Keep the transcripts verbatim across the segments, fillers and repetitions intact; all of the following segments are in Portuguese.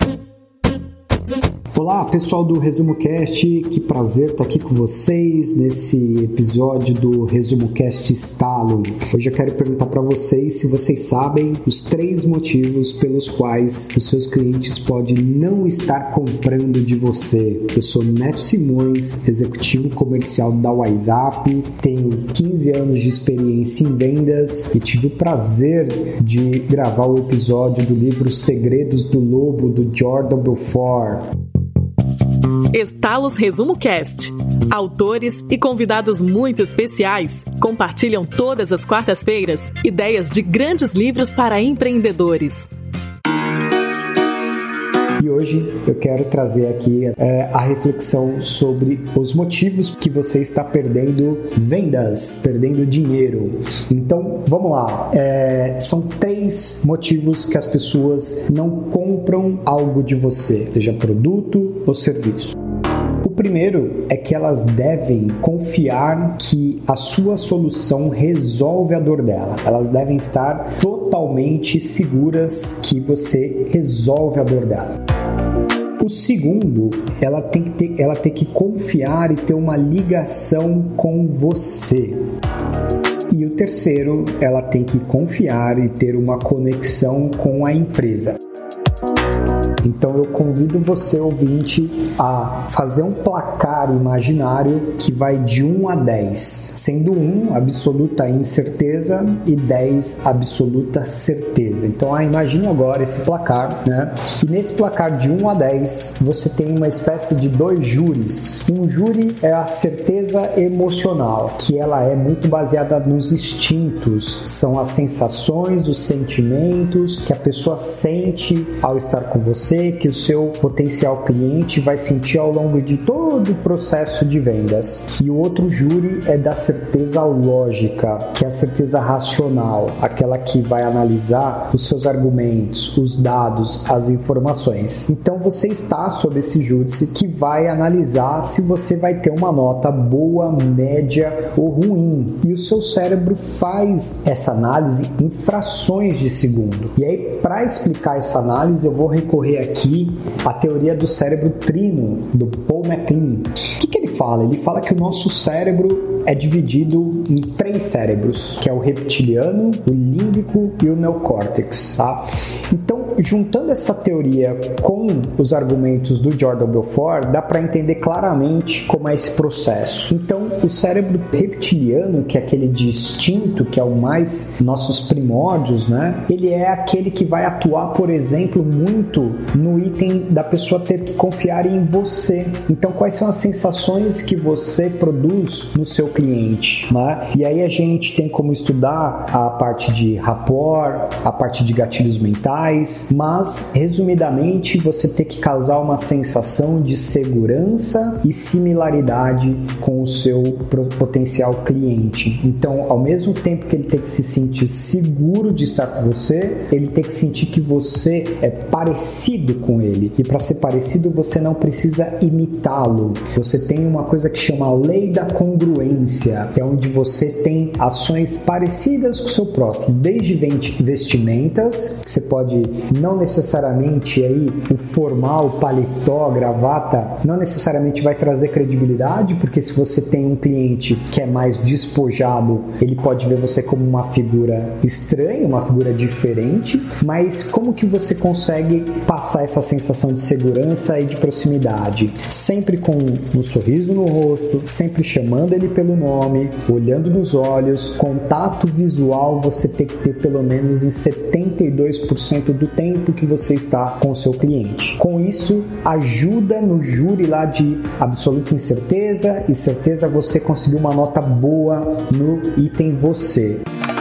Olá, pessoal do Resumo Cast, que prazer estar aqui com vocês nesse episódio do Resumo Cast Estalo. Hoje eu quero perguntar para vocês se vocês sabem os três motivos pelos quais os seus clientes podem não estar comprando de você. Eu sou Neto Simões, executivo comercial da WhatsApp, tenho quinze anos de experiência em vendas e tive o prazer de gravar o episódio do livro Segredos do Lobo, do Jordan Belfort. Estalos Resumo Cast. Autores e convidados muito especiais compartilham todas as quartas-feiras ideias de grandes livros para empreendedores. E hoje eu quero trazer aqui é, a reflexão sobre os motivos que você está perdendo vendas, perdendo dinheiro. Então, vamos lá. É, são três motivos que as pessoas não compram algo de você, seja produto ou serviço. O primeiro é que elas devem confiar que a sua solução resolve a dor dela. Elas devem estar totalmente seguras que você resolve a dor dela. O segundo, ela tem que ter, ela tem que confiar e ter uma ligação com você. E o terceiro, ela tem que confiar e ter uma conexão com a empresa. Então eu convido você, ouvinte, a fazer um placar imaginário que vai de um a dez, sendo um absoluta incerteza e dez absoluta certeza. Então ah, imagine agora esse placar, né? E nesse placar de um a dez, você tem uma espécie de dois júris. Um júri é a certeza emocional, que ela é muito baseada nos instintos, são as sensações, os sentimentos que a pessoa sente ao estar com você, que o seu potencial cliente vai sentir ao longo de todo o processo de vendas. E o outro júri é da certeza lógica, que é a certeza racional, aquela que vai analisar os seus argumentos, os dados, as informações. Então você está sob esse júri que vai analisar se você vai ter uma nota boa, média ou ruim. E o seu cérebro faz essa análise em frações de segundo. E aí, para explicar essa análise, eu vou recorrer aqui a teoria do cérebro trino, do Paul MacLean. O que, que ele fala? Ele fala que o nosso cérebro é dividido em três cérebros, que é o reptiliano, o límbico e o neocórtex, tá? Então, juntando essa teoria com os argumentos do Jordan Belfort, dá para entender claramente como é esse processo. Então, o cérebro reptiliano, que é aquele de instinto, que é o mais nossos primórdios, né? Ele é aquele que vai atuar, por exemplo, muito no item da pessoa ter que confiar em você. Então, quais são as sensações que você produz no seu cliente, né? E aí a gente tem como estudar a parte de rapport, a parte de gatilhos mentais, mas, resumidamente, você tem que causar uma sensação de segurança e similaridade com o seu potencial cliente. Então, ao mesmo tempo que ele tem que se sentir seguro de estar com você, ele tem que sentir que você é parecido com ele. E para ser parecido, você não precisa imitá-lo. Você tem uma coisa que chama a lei da congruência, que é onde você tem ações parecidas com o seu próximo, desde vestimentas, que você pode não necessariamente aí o formal, o paletó, gravata, não necessariamente vai trazer credibilidade, porque se você tem um cliente que é mais despojado, ele pode ver você como uma figura estranha, uma figura diferente, mas como que você consegue passar essa sensação de segurança e de proximidade? Sempre com um sorriso no rosto, sempre chamando ele pelo nome, olhando nos olhos, contato visual você tem que ter pelo menos em setenta e dois por cento do tempo que você está com o seu cliente. Com isso, ajuda no júri lá de absoluta incerteza e certeza você conseguir uma nota boa no item você.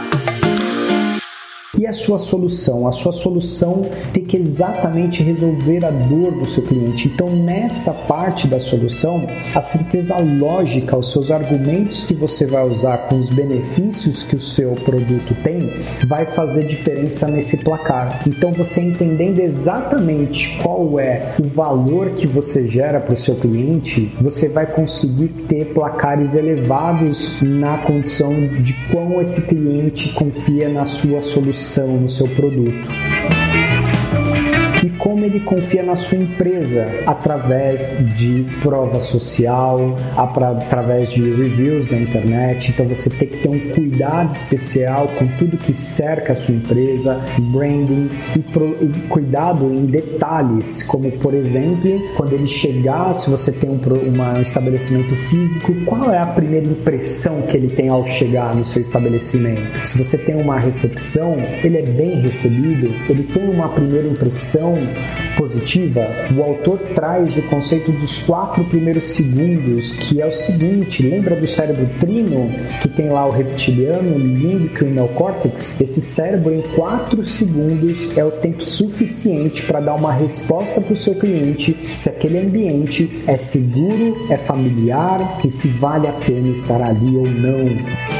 E a sua solução? A sua solução tem que exatamente resolver a dor do seu cliente. Então, nessa parte da solução, a certeza lógica, os seus argumentos que você vai usar com os benefícios que o seu produto tem, vai fazer diferença nesse placar. Então, você entendendo exatamente qual é o valor que você gera para o seu cliente, você vai conseguir ter placares elevados na condição de quão esse cliente confia na sua solução, no seu produto. E como ele confia na sua empresa, através de prova social, através de reviews na internet. Então você tem que ter um cuidado especial com tudo que cerca a sua empresa, branding e, pro, e cuidado em detalhes, como por exemplo, quando ele chegar, se você tem um, uma, um estabelecimento físico, qual é a primeira impressão que ele tem ao chegar no seu estabelecimento? Se você tem uma recepção, ele é bem recebido, ele tem uma primeira impressão positiva. O autor traz o conceito dos quatro primeiros segundos, que é o seguinte: lembra do cérebro trino, que tem lá o reptiliano, o límbico e o neocórtex? Esse cérebro, em quatro segundos, é o tempo suficiente para dar uma resposta para o seu cliente se aquele ambiente é seguro, é familiar e se vale a pena estar ali ou não.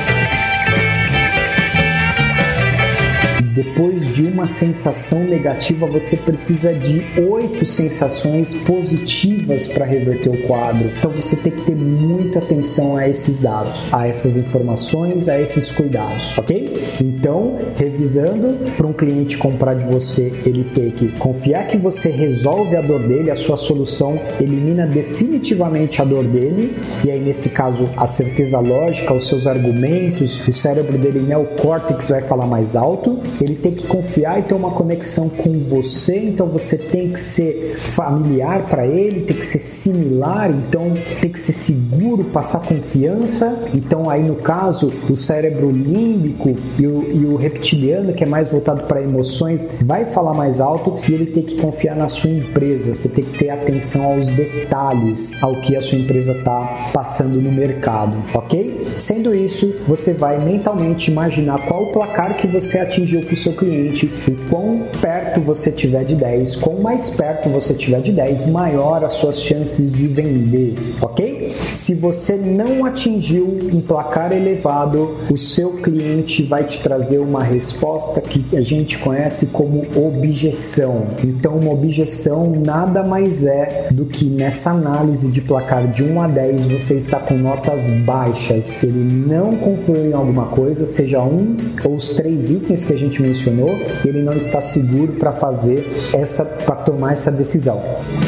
Depois de uma sensação negativa, você precisa de oito sensações positivas para reverter o quadro. Então você tem que ter muita atenção a esses dados, a essas informações, a esses cuidados, ok? Então, revisando, para um cliente comprar de você, ele tem que confiar que você resolve a dor dele, a sua solução elimina definitivamente a dor dele, e aí nesse caso a certeza lógica, os seus argumentos, o cérebro dele, neocórtex, vai falar mais alto. Ele tem que confiar e ter uma conexão com você, então você tem que ser familiar para ele, tem que ser similar, então tem que ser seguro, passar confiança. Então aí no caso, o cérebro límbico e o, e o reptiliano, que é mais voltado para emoções, vai falar mais alto, e ele tem que confiar na sua empresa. Você tem que ter atenção aos detalhes, ao que a sua empresa está passando no mercado, ok? Sendo isso, você vai mentalmente imaginar qual o placar que você atingiu para o seu cliente. O quão perto você tiver de dez, quanto mais perto você tiver de dez, maior as suas chances de vender, ok? Se você não atingiu um placar elevado, o seu cliente vai te trazer uma resposta que a gente conhece como objeção. Então, uma objeção nada mais é do que nessa análise de placar de um a dez, você está com notas baixas. Ele não confiou em alguma coisa, seja um ou os três itens que a gente mencionou, ele não está seguro para fazer essa, para tomar essa decisão.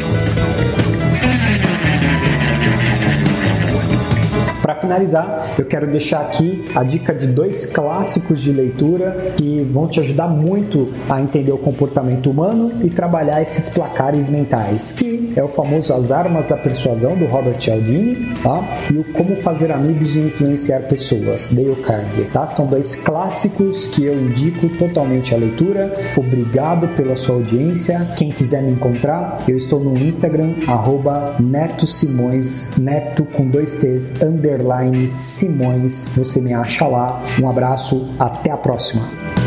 Para finalizar, eu quero deixar aqui a dica de dois clássicos de leitura que vão te ajudar muito a entender o comportamento humano e trabalhar esses placares mentais, que é o famoso As Armas da Persuasão, do Robert Cialdini, tá? E o Como Fazer Amigos e Influenciar Pessoas, Dale Carnegie, tá? São dois clássicos que eu indico totalmente a leitura. Obrigado pela sua audiência. Quem quiser me encontrar, eu estou no Instagram, arroba Neto Simões, Neto com dois T's, underline Simões, você me acha lá. Um abraço, até a próxima.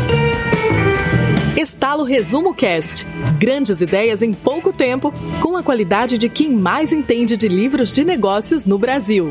Estalo Resumo Cast. Grandes ideias em pouco tempo, com a qualidade de quem mais entende de livros de negócios no Brasil.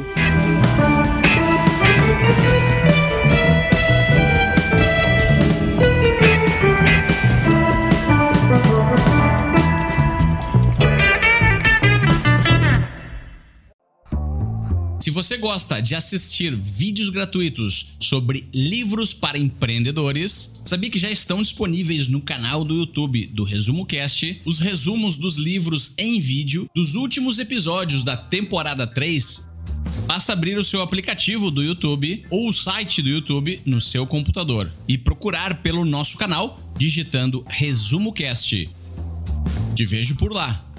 Se você gosta de assistir vídeos gratuitos sobre livros para empreendedores, sabia que já estão disponíveis no canal do YouTube do Resumo Cast os resumos dos livros em vídeo dos últimos episódios da temporada três? Basta abrir o seu aplicativo do YouTube ou o site do YouTube no seu computador e procurar pelo nosso canal digitando Resumo Cast. Te vejo por lá.